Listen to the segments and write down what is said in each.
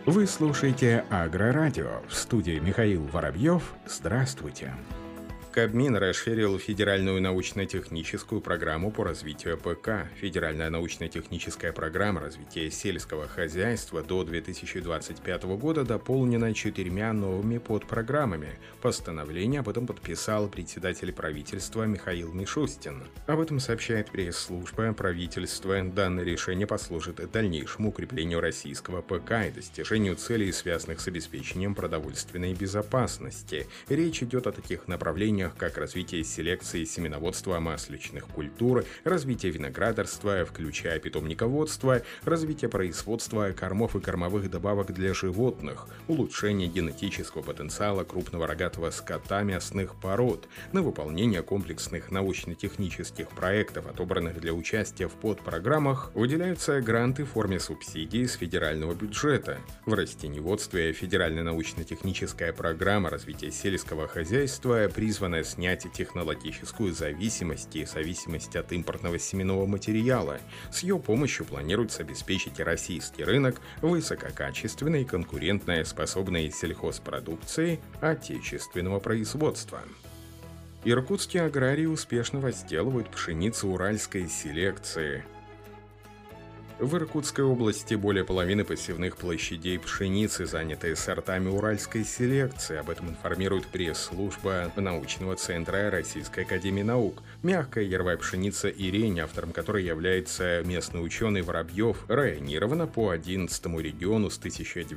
Вы слушаете Агрорадио. В студии Михаил Воробьев. Здравствуйте. Кабмин расширил федеральную научно-техническую программу по развитию ПК. Федеральная научно-техническая программа развития сельского хозяйства до 2025 года дополнена 4 новыми подпрограммами. Постановление об этом подписал председатель правительства Михаил Мишустин. Об этом сообщает пресс-служба правительства. Данное решение послужит дальнейшему укреплению российского ПК и достижению целей, связанных с обеспечением продовольственной безопасности. Речь идет о таких направлениях, как развитие селекции семеноводства масличных культур, развитие виноградарства, включая питомниководство, развитие производства кормов и кормовых добавок для животных, улучшение генетического потенциала крупного рогатого скота мясных пород. На выполнение комплексных научно-технических проектов, отобранных для участия в подпрограммах, выделяются гранты в форме субсидий из федерального бюджета. В растениеводстве федеральная научно-техническая программа развития сельского хозяйства призвана снять технологическую зависимость и зависимость от импортного семенного материала. С ее помощью планируется обеспечить российский рынок высококачественной и конкурентоспособной сельхозпродукцией отечественного производства. Иркутские аграрии успешно возделывают пшеницу уральской селекции. В Иркутской области более половины посевных площадей пшеницы заняты сортами уральской селекции. Об этом информирует пресс-служба научного центра Российской академии наук. Мягкая яровая пшеница «Ирень», автором которой является местный ученый Воробьев, районирована по 11-му региону с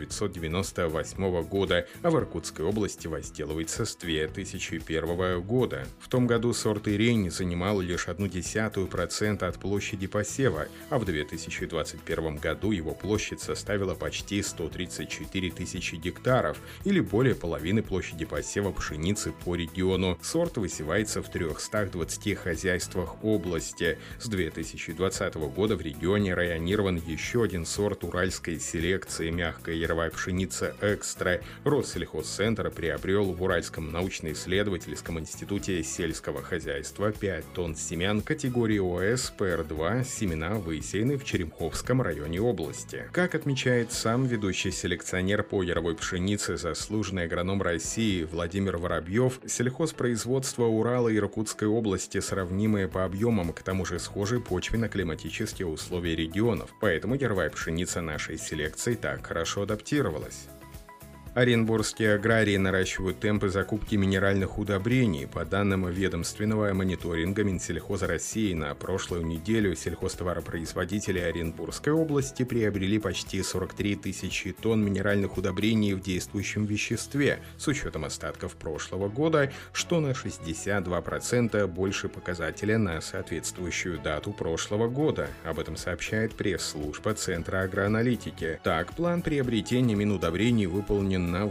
1998 года, а в Иркутской области возделывается с 2001 года. В том году сорт «Ирень» занимал лишь 0,1% от площади посева, а в 2021 году его площадь составила почти 134 тысячи гектаров, или более половины площади посева пшеницы по региону. Сорт высевается в 320 хозяйствах области. С 2020 года в регионе районирован еще один сорт уральской селекции «Мягкая яровая пшеница Экстра». Россельхозцентр приобрел в Уральском научно-исследовательском институте сельского хозяйства 5 тонн семян категории ОС ПР-2, семена высеяны в Черемховском районе области. Как отмечает сам ведущий селекционер по яровой пшенице, заслуженный агроном России Владимир Воробьев, сельхозпроизводство Урала и Иркутской области сравнимые по объемам, к тому же схожи почвенно-климатические условия регионов, поэтому яровая пшеница нашей селекции так хорошо адаптировалась. Оренбургские аграрии наращивают темпы закупки минеральных удобрений. По данным ведомственного мониторинга Минсельхоза России, на прошлую неделю сельхозтоваропроизводители Оренбургской области приобрели почти 43 тысячи тонн минеральных удобрений в действующем веществе, с учетом остатков прошлого года, что на 62% больше показателя на соответствующую дату прошлого года. Об этом сообщает пресс-служба Центра агроаналитики. Так, план приобретения минудобрений выполнен на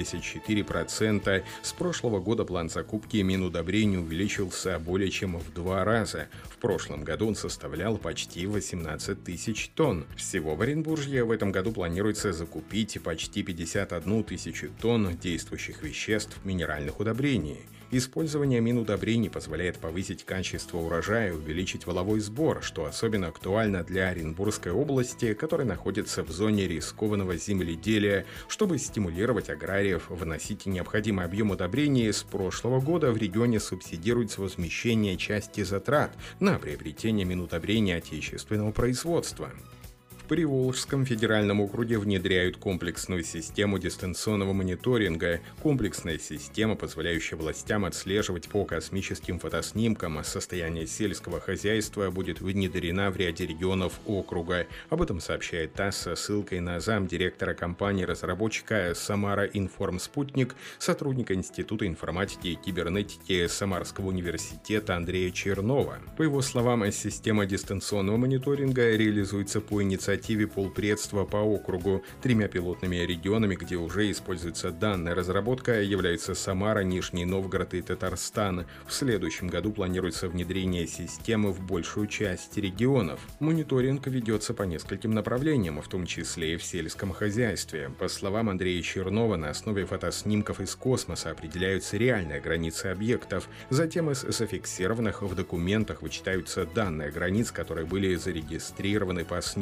84%. С прошлого года план закупки минудобрений увеличился более чем в 2 раза. В прошлом году он составлял почти 18 тысяч тонн. Всего в Оренбуржье в этом году планируется закупить почти 51 тысячу тонн действующих веществ минеральных удобрений. Использование минудобрений позволяет повысить качество урожая и увеличить валовой сбор, что особенно актуально для Оренбургской области, которая находится в зоне рискованного земледелия. Чтобы стимулировать аграриев вносить необходимый объем удобрений, с прошлого года в регионе субсидируется возмещение части затрат на приобретение минудобрений отечественного производства. В Приволжском федеральном округе внедряют комплексную систему дистанционного мониторинга. Комплексная система, позволяющая властям отслеживать по космическим фотоснимкам состояние сельского хозяйства, будет внедрена в ряде регионов округа. Об этом сообщает ТАСС со ссылкой на замдиректора компании-разработчика «Самара Информспутник», сотрудника Института информатики и кибернетики Самарского университета Андрея Чернова. По его словам, система дистанционного мониторинга реализуется по инициативе полпредства по округу. 3 пилотными регионами, где уже используется данная разработка, являются Самара, Нижний Новгород и Татарстан. В следующем году планируется внедрение системы в большую часть регионов. Мониторинг ведется по нескольким направлениям, в том числе и в сельском хозяйстве. По словам Андрея Чернова, на основе фотоснимков из космоса определяются реальные границы объектов. Затем из зафиксированных в документах вычитаются данные границ, которые были зарегистрированы по снимкам.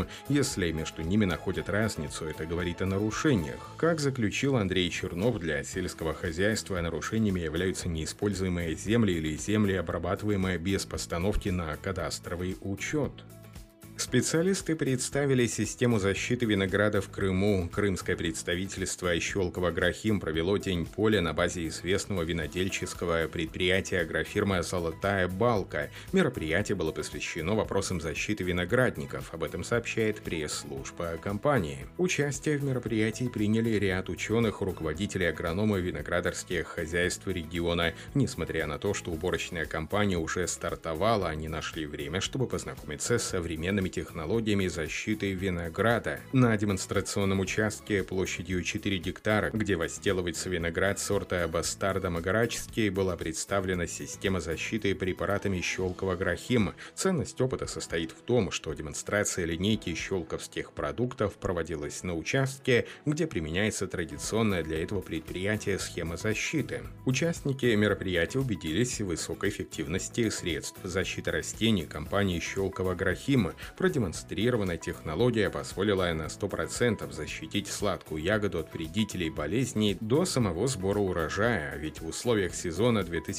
агрономом. Если между ними находят разницу, это говорит о нарушениях. Как заключил Андрей Чернов, для сельского хозяйства нарушениями являются неиспользуемые земли или земли, обрабатываемые без постановки на кадастровый учет. Специалисты представили систему защиты винограда в Крыму. Крымское представительство Щелково-Агрохим провело День поля на базе известного винодельческого предприятия агрофирма «Золотая балка». Мероприятие было посвящено вопросам защиты виноградников. Об этом сообщает пресс-служба компании. Участие в мероприятии приняли ряд ученых, руководителей агрономов виноградарских хозяйств региона. Несмотря на то, что уборочная кампания уже стартовала, они нашли время, чтобы познакомиться с современными технологиями защиты винограда. На демонстрационном участке площадью 4 гектара, где возделывается виноград сорта Бастарда Магарачский, была представлена система защиты препаратами Щелково-Агрохим. Ценность опыта состоит в том, что демонстрация линейки щелковских продуктов проводилась на участке, где применяется традиционная для этого предприятия схема защиты. Участники мероприятия убедились в высокой эффективности средств защиты растений компании Щелково-Агрохим. Продемонстрированная технология позволила на 100% защитить сладкую ягоду от вредителей болезней до самого сбора урожая, ведь в условиях сезона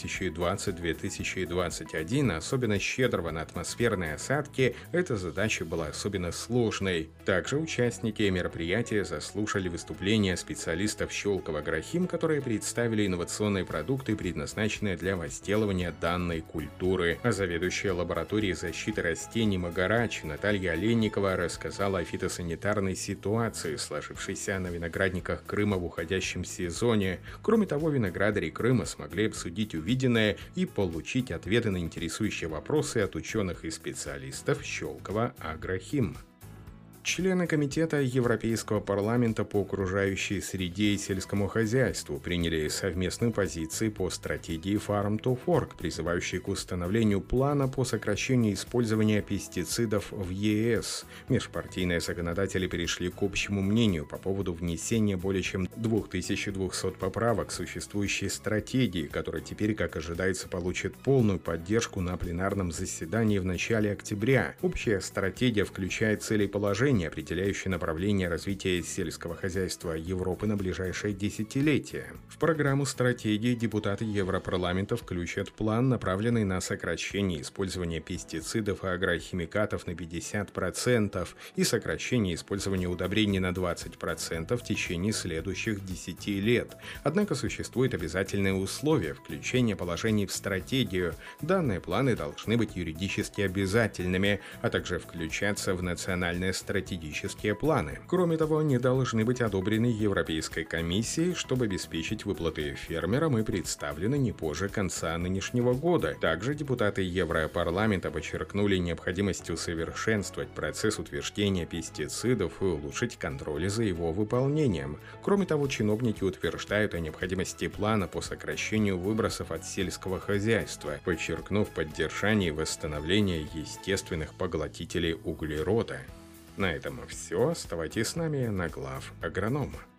2020-2021, особенно щедрого на атмосферные осадки, эта задача была особенно сложной. Также участники мероприятия заслушали выступления специалистов Щелково-Агрохим, которые представили инновационные продукты, предназначенные для возделывания данной культуры. А заведующая лабораторией защиты растений Магарач Наталья Олейникова рассказала о фитосанитарной ситуации, сложившейся на виноградниках Крыма в уходящем сезоне. Кроме того, виноградари Крыма смогли обсудить увиденное и получить ответы на интересующие вопросы от ученых и специалистов Щелково-Агрохим. Члены Комитета Европейского парламента по окружающей среде и сельскому хозяйству приняли совместные позиции по стратегии Farm to Fork, призывающей к установлению плана по сокращению использования пестицидов в ЕС. Межпартийные законодатели перешли к общему мнению по поводу внесения более чем 2200 поправок к существующей стратегии, которая теперь, как ожидается, получит полную поддержку на пленарном заседании в начале октября. Общая стратегия включает цели и положения, определяющие направление развития сельского хозяйства Европы на ближайшее десятилетие. В программу стратегии депутаты Европарламента включат план, направленный на сокращение использования пестицидов и агрохимикатов на 50% и сокращение использования удобрений на 20% в течение следующих 10 лет. Однако существует обязательное условие включения положений в стратегию. Данные планы должны быть юридически обязательными, а также включаться в национальные стратегические планы. Кроме того, они должны быть одобрены Европейской комиссией, чтобы обеспечить выплаты фермерам и представлены не позже конца нынешнего года. Также депутаты Европарламента подчеркнули необходимость усовершенствовать процесс утверждения пестицидов и улучшить контроль за его выполнением. Кроме того, чиновники утверждают о необходимости плана по сокращению выбросов от сельского хозяйства, подчеркнув поддержание и восстановление естественных поглотителей углерода. На этом все. Оставайтесь с нами на глав агронома.